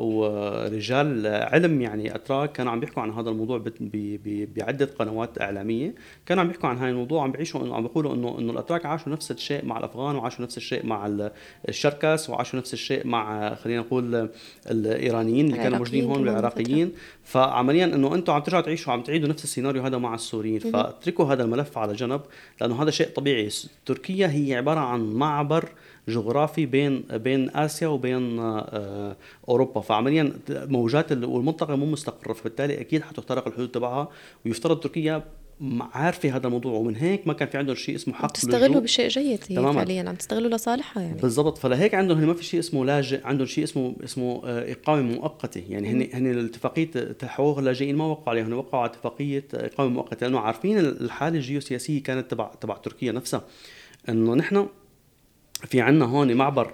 ورجال علم يعني اتراك كانوا عم بيحكوا عن هذا الموضوع بعده قنوات اعلاميه، كانوا عم بيحكوا عن هاي الموضوع، عم بيعيشوا انه عم بيقولوا انه انه الاتراك عاشوا نفس الشيء مع الافغان وعاشوا نفس الشيء مع الشركس وعاشوا نفس الشيء مع خلينا نقول الايرانيين اللي كانوا موجودين هون والعراقيين. فعمليا انه انتم عم ترجعوا تعيشوا عم تعيدوا نفس السيناريو هذا مع السوريين، فاتركوا هذا الملف على جنب لانه هذا شيء طبيعي. تركيا هي عباره عن معبر جغرافي بين بين آسيا وبين أوروبا، فعمليا موجات والمنطقة مو مستقرة، فبالتالي أكيد حتخترق الحدود تبعها، ويفترض تركيا عارفة هذا الموضوع، ومن هيك ما كان في عندهم شيء اسمه حق تستغلوا بشيء جيد هي فعليا عم تستغلوا لصالحها يعني بالضبط. فلهيك عندهم ما في شيء اسمه لاجئ، عندهم شيء اسمه اسمه إقامة مؤقتة. يعني هن هن الاتفاقية حقوق اللاجئين ما وقعوا عليها، هن وقعوا على اتفاقية إقامة مؤقتة لأنه عارفين الحالة الجيوسياسية كانت تبع تبع تركيا نفسها، إنه نحن في عنا هون معبر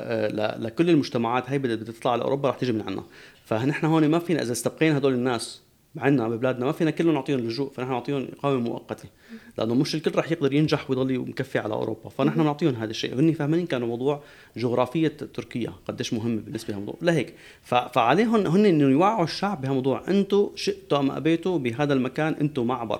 لكل المجتمعات هاي بدها تطلع لأوروبا رح تيجي من عنا. فنحن هون ما فينا إذا استبقينا هدول الناس عنا ببلادنا ما فينا كلهم نعطيهم لجوء، فنحن نعطيهم إقامة مؤقتة لأنه مش الكل رح يقدر ينجح ويضل مكفي على أوروبا، فنحن نعطيهم هذا الشيء. هن فاهمين كانوا موضوع جغرافية تركيا قديش مهمة بالنسبة للموضوع لهيك، فعليهم هن إنه يوعوا الشعب بهالموضوع. أنتوا شئتوا أم أبيتوا بهذا المكان أنتوا معبر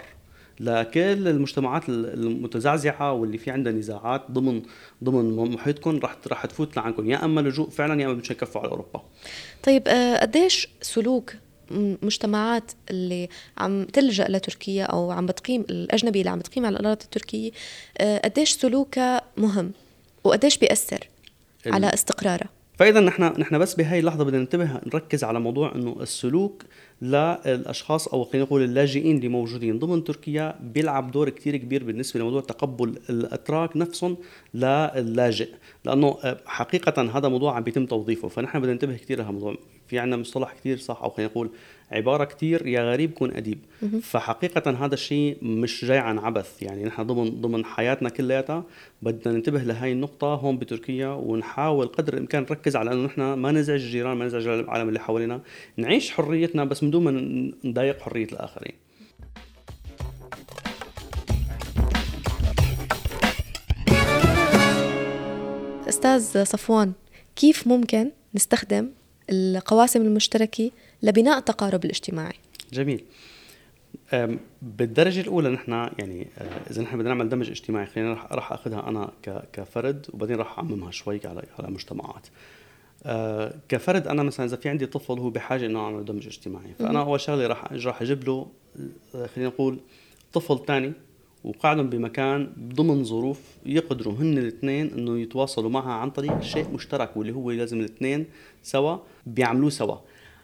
لكل المجتمعات المتزعزعه واللي في عندها نزاعات ضمن ضمن محيطكم رح رح تفوت لعنكم، يا اما لجوء فعلا يا اما بدكم تكفوا على اوروبا. طيب قديش سلوك مجتمعات اللي عم تلجأ لتركيا او عم بتقيم الاجنبي اللي عم بتقيم على الارض التركيه قديش سلوكها مهم وقديش بيأثر على استقرارها؟ فاذا نحن نحن بس بهاي اللحظه بدنا ننتبه نركز على موضوع انه السلوك للاشخاص او خلينا نقول اللاجئين اللي موجودين ضمن تركيا بيلعب دور كتير كبير بالنسبه لموضوع تقبل الاتراك نفسهم للاجئ، لانه حقيقه هذا موضوع عم بيتم توظيفه، فنحن بدنا ننتبه كتير لهذا الموضوع. في عندنا مصطلح كتير صح او خلينا نقول عباره كتير يا غريب كون اديب. فحقيقه هذا الشيء مش جاي عن عبث، يعني نحن ضمن ضمن حياتنا كلياتها بدنا ننتبه لهي النقطه هون بتركيا، ونحاول قدر الامكان نركز على انه نحن ما نزعج الجيران، ما نزعج العالم اللي حوالينا، نعيش حريتنا بس من دون ما نضايق حريه الاخرين. أستاذ صفوان، كيف ممكن نستخدم القواسم المشتركة لبناء التقارب الاجتماعي؟ جميل. بالدرجة الأولى نحن يعني إذا نحن بدنا نعمل دمج اجتماعي، خلينا راح أخذها أنا كفرد وبعدين راح أعممها شوي على على مجتمعات. كفرد أنا مثلا إذا في عندي طفل هو بحاجة إنه أعمل دمج اجتماعي، فأنا أول شغلة راح راح أجيب له خلينا نقول طفل تاني وقاعدهم بمكان ضمن ظروف يقدروا هن الاثنين انه يتواصلوا معها عن طريق شيء مشترك، واللي هو لازم الاثنين سوا بيعملوه سوا.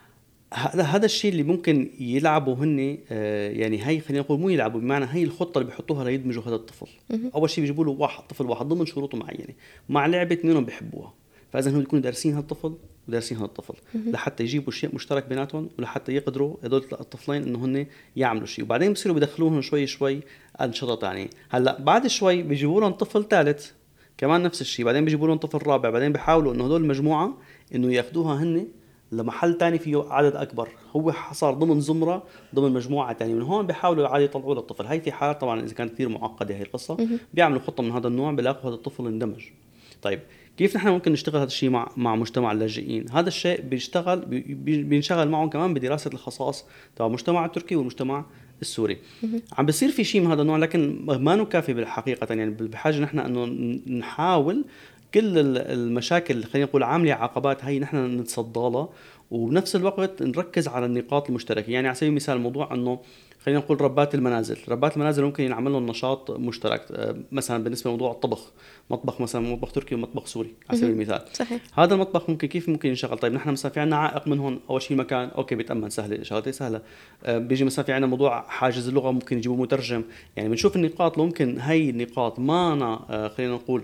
هذا هذا الشيء اللي ممكن يلعبوا هن آه يعني هي خلينا نقول مو يلعبوا، بمعنى هي الخطه اللي بيحطوها ليدمجوا هذا الطفل. اول شيء بيجيبوا له واحد طفل واحد ضمن شروط معينه مع لعبه اثنينهم بيحبوها، فاذا هم بيكونوا دارسين هذا الطفل ودارسين هذا الطفل لحتى يجيبوا شيء مشترك بيناتهم، ولحتى يقدروا هذول الطفلين انه هن يعملوا شيء، وبعدين بصيروا بدخلوهم شوي شوي انشطه ثانيه. هلا بعد شوي بيجيبوا لهم طفل ثالث كمان نفس الشيء، بعدين بيجيبوا لهم طفل رابع، بعدين بيحاولوا انه هذول المجموعه انه ياخذوها هن لمحل تاني فيه عدد اكبر، هو صار ضمن زمره ضمن مجموعه تانية، من هون بيحاولوا عادي يطلعوا له الطفل. هاي في حالات طبعا اذا كانت كثير معقده هي القصه بيعملوا خطه من هذا النوع، بيلاقوا هذا الطفل اندمج. طيب كيف نحن ممكن نشتغل هذا الشيء مع مع مجتمع اللاجئين؟ هذا الشيء بيشتغل بي بينشغل معهم كمان بدراسه الخصائص تبع المجتمع التركي والمجتمع السوري. عم بيصير في شيء من هذا النوع، لكن ما نو كافي بالحقيقه، يعني بحاجه نحن انه نحاول كل المشاكل خلينا نقول عامله عقبات هي نحن نتصدى لها، وبنفس الوقت نركز على النقاط المشتركه. يعني على سبيل المثال موضوع انه خلينا نقول ربات المنازل، ربات المنازل ممكن ينعمل لهم نشاط مشترك، مثلا بالنسبه لموضوع الطبخ، مطبخ مثلا مطبخ تركي ومطبخ سوري على سبيل المثال. صحيح. هذا المطبخ ممكن كيف ممكن ينشغل؟ طيب نحن مثلا في عندنا عائق من هون، اول شيء المكان اوكي بيتامن سهله، شغلتي سهله. بيجي مثلا في عندنا موضوع حاجز اللغه، ممكن يجيبوا مترجم. يعني بنشوف النقاط اللي ممكن هي النقاط ما أنا خلينا نقول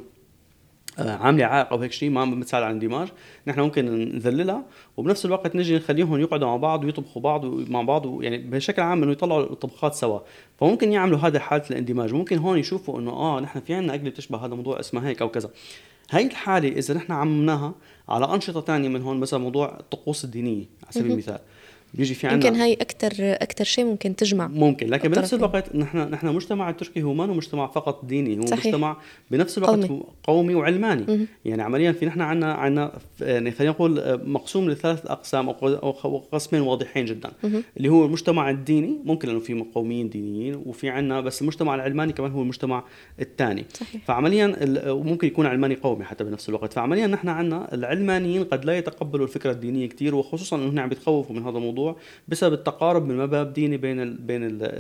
عامله عائق او هيك شيء ما بتساعد على الاندماج، نحن ممكن نذللها، وبنفس الوقت نجي نخليهم يقعدوا مع بعض ويطبخوا بعض مع بعض، يعني بشكل عام انه يطلعوا الطبخات سوا، فممكن يعملوا هذا حاله الاندماج. ممكن هون يشوفوا انه اه نحن في عندنا اكله بتشبه هذا الموضوع اسمها هيك او كذا. هاي الحاله اذا نحن عممناها على انشطه ثانيه من هون، مثلا موضوع الطقوس الدينيه على سبيل المثال، بيجي في عنا يمكن هاي اكثر اكثر شيء ممكن تجمع ممكن، لكن بنفس الوقت نحن نحن مجتمع التركي هو ما هو مجتمع فقط ديني، هو صحيح. مجتمع بنفس الوقت قومي, قومي وعلماني. م- يعني عمليا في نحن عنا عنا يعني خلينا نقول مقسوم لثلاث اقسام او قسمين واضحين جدا، م- اللي هو المجتمع الديني، ممكن انه في قوميين دينيين، وفي عنا بس المجتمع العلماني كمان هو المجتمع الثاني. فعمليا ممكن يكون علماني قومي حتى بنفس الوقت. فعمليا نحن عنا العلمانيين قد لا يتقبلوا الفكره الدينيه كثير، وخصوصا انه عم بيتخوفوا من هذا الموضوع بسبب التقارب من مبادئ ديني بين ال بين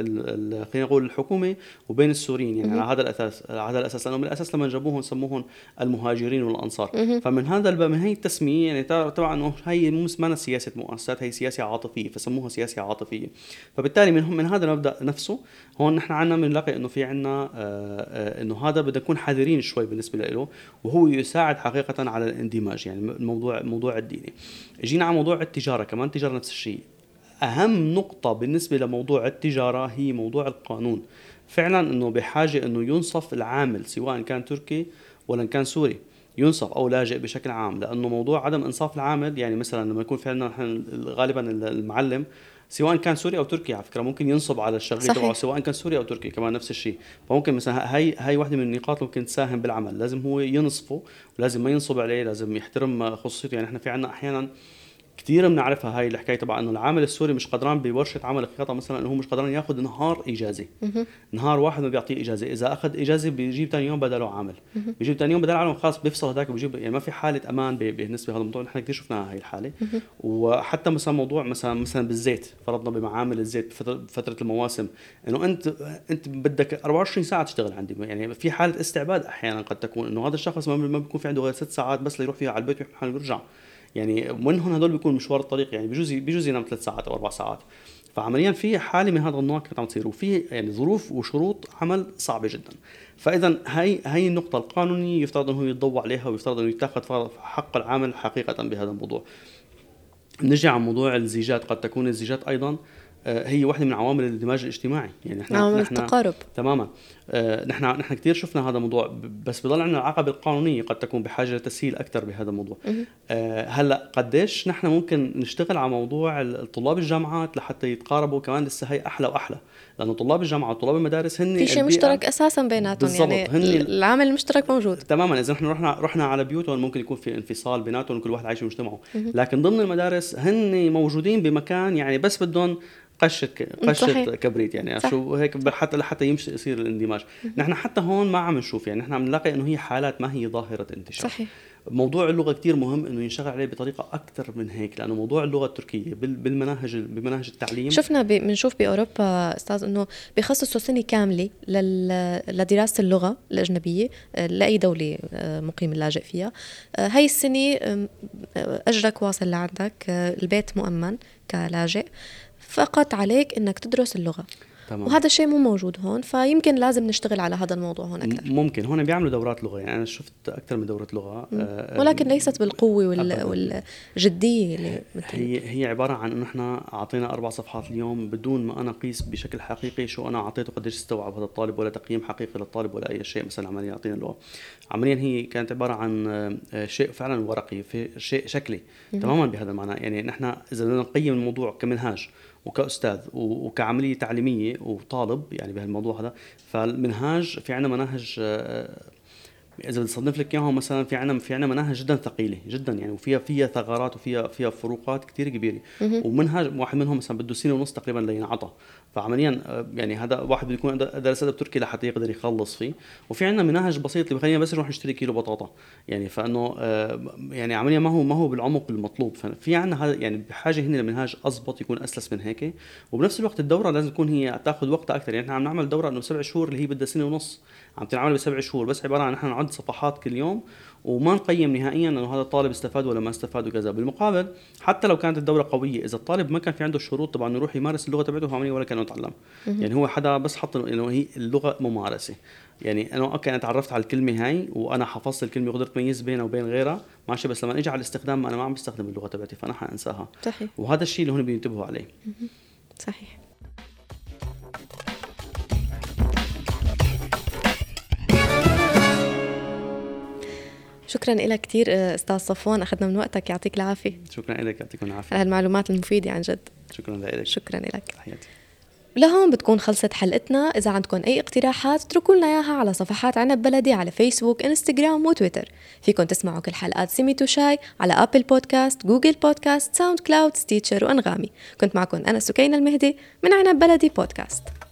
ال خلينا نقول الحكومه وبين السوريين. يعني على هذا الاساس على هذا الاساس لانه من الاساس لما جابوهم سموهم المهاجرين والانصار. فمن هذا الباب من هي التسميه يعني طبعا انه هي مو اسمها سياسه مؤسسات، هي سياسه عاطفيه، فسموها سياسه عاطفيه. فبالتالي من من هذا المبدا نفسه هون نحن عندنا بنلاقي انه في عندنا انه هذا بدنا نكون حذرين شوي بالنسبه له، وهو يساعد حقيقه على الاندماج. يعني الموضوع الموضوع الديني. جينا على موضوع التجاره كمان، التجاره نفس الشيء. أهم نقطة بالنسبة لموضوع التجارة هي موضوع القانون. فعلا أنه بحاجة أنه ينصف العامل سواء كان تركي ولا كان سوري، ينصف أو لاجئ بشكل عام، لأنه موضوع عدم إنصاف العامل يعني مثلا لما يكون فعلا غالبا المعلم سواء كان سوري أو تركي على فكرة ممكن ينصب على الشغل تبعه سواء كان سوري أو تركي كمان نفس الشيء. فممكن مثلا هاي هاي واحدة من النقاط اللي ممكن تساهم بالعمل، لازم هو ينصفه ولازم ما ينصب عليه، لازم يحترم خصوصيته. يعني احنا في عنا أحيانا كثير بنعرفها هاي الحكايه تبع انه العامل السوري مش قدران بورشه عمل خياطه مثلا، انه هو مش قدران ياخذ نهار اجازه، نهار واحد ما بيعطيه اجازه، اذا اخذ اجازه بيجيب ثاني يوم بدله عامل، بيجيب ثاني يوم بدل عامل خاص بيفصل هذاك وبيجيب. يعني ما في حاله امان بالنسبه لهذا الموضوع، نحن كثير شفناها هاي الحاله. وحتى مثلا موضوع مثلا مثلا بالزيت، فرضنا بمعامل الزيت بفتره المواسم انه انت انت بدك أربعة وعشرين ساعه تشتغل عندي، يعني في حاله استعباد احيانا قد تكون انه هذا الشخص ما بيكون في عنده غير ست ساعات بس ليروح فيها على البيت ويرجع. يعني من هون هدول بيكون مشوار الطريق، يعني بيجوز بيجوز ينام ثلاث ساعات او اربع ساعات. فعمليا في حاله من هذا النوع كانت عم تصير، وفي يعني ظروف وشروط عمل صعبه جدا. فاذا هي هي النقطه القانونيه يفترض انه يتضوى عليها، ويفترض انه يتاخذ حق العامل حقيقه بهذا الموضوع. نجي على موضوع الزيجات، قد تكون الزيجات أيضا هي واحدة من عوامل الاندماج الاجتماعي، يعني نحن عوامل نحن التقارب تماما. نحن نحن كثير شفنا هذا الموضوع، بس بضل عندنا العقبة القانونية قد تكون بحاجة لتسهيل أكثر بهذا الموضوع. هلا قديش نحن ممكن نشتغل على موضوع الطلاب الجامعات لحتى يتقاربوا كمان، لسه هي أحلى وأحلى، لأنه طلاب الجامعة وطلاب المدارس هن في شيء مشترك أساسا بيناتهم، يعني هن العامل المشترك موجود تماما. إذا نحن رحنا رحنا على بيوتهم ممكن يكون في انفصال بيناتهم، كل واحد عايش في مجتمعه، لكن ضمن المدارس هن موجودين بمكان، يعني بس بدهم قشة قشة كبريت، يعني صح. شو هيك حتى لحتى يمشي يصير الاندماج. نحن حتى هون ما عم نشوف، يعني نحن عم نلاقي انه هي حالات ما هي ظاهرة انتشار. صحيح. موضوع اللغة كتير مهم انه ينشغل عليه بطريقة اكثر من هيك، لانه موضوع اللغة التركية بالمناهج بمناهج التعليم شفنا بنشوف باوروبا استاذ انه بيخصصوا سنة كاملة لدراسة اللغة الأجنبية لأي دولة مقيم اللاجئ فيها. هاي السنة أجرك واصل لعندك، البيت مؤمن كلاجئ، فقط عليك انك تدرس اللغة. تمام. وهذا الشيء مو موجود هون، فيمكن لازم نشتغل على هذا الموضوع هون أكثر. ممكن هون بيعملوا دورات لغة، يعني أنا شفت أكثر من دورة لغة، آه ولكن ليست بالقوة وال... والجدية اللي هي هي عبارة عن إنه إحنا أعطينا أربع صفحات اليوم بدون ما أنا قيس بشكل حقيقي شو أنا أعطيته قديش استوعب هذا الطالب، ولا تقييم حقيقي للطالب ولا أي شيء. مثلا عمليا أعطينا اللغة، عمليا هي كانت عبارة عن شيء فعلا ورقي، في شيء شكلي تماما بهذا المعنى. يعني نحن إذا بدنا نقيم الموضوع كمنهاج وكأستاذ وكعملية تعليمية وطالب يعني بهالموضوع هذا، فالمنهاج في عنا مناهج إذا بنصنف لك إياهم مثلا في عنا في عنا مناهج جدا ثقيلة جدا، يعني وفيها فيها ثغرات وفيها فيها فروقات كتير كبيرة. ومنهج واحد منهم مثلا بده سنة ونص تقريبا لينعطى، فعمليا يعني هذا واحد بده يكون درس أدب تركي لحتى يقدر يخلص فيه. وفي عنا مناهج بسيط اللي بخلينا بس نروح نشتري كيلو بطاطا، يعني فإنه يعني عمليا ما هو ما هو بالعمق المطلوب. ففي عنا هذا يعني بحاجة هنا لمنهاج أضبط يكون أسلس من هيك. وبنفس الوقت الدورة لازم تكون هي تأخذ وقت أكثر، يعني إحنا عم نعمل دورة إنه سبع شهور اللي هي بدها سنة ونص، عم تنعمل بسبع شهور، بس عبارة عن نحن نعد صفحات كل يوم وما نقيم نهائيا انه هذا الطالب استفاد ولا ما استفاد وكذا. بالمقابل حتى لو كانت الدوره قويه، اذا الطالب ما كان في عنده الشروط طبعا يروح يمارس اللغه تبعته عمليا ولا كانه يتعلم. يعني هو حدا بس حط انه هي اللغه ممارسه، يعني انا اوكي انا تعرفت على الكلمه هاي وانا حفظت الكلمه وقدرت اميز بينها وبين غيرها ماشي، بس لما اجي على الاستخدام انا ما عم بستخدم اللغه تبعتي فانا حانساها. صحيح. وهذا الشيء اللي هون بينتبهوا عليه. صحيح. شكرا لك كثير استاذ صفوان، اخذنا من وقتك، يعطيك العافيه. شكرا لك، يعطيكم العافيه على هالمعلومات المفيده عن جد. شكرا لك. شكرا لك. تحياتي. لهون بتكون خلصت حلقتنا. إذا عندكم أي اقتراحات اتركوا لنا إياها على صفحات عنب بلدي على فيسبوك، إنستغرام وتويتر. فيكم تسمعوا كل حلقات سميتو شاي على أبل بودكاست، جوجل بودكاست، ساوند كلاود، ستيتشر وأنغامي. كنت معكم أنا سكينة المهدي من عنب بلدي بودكاست.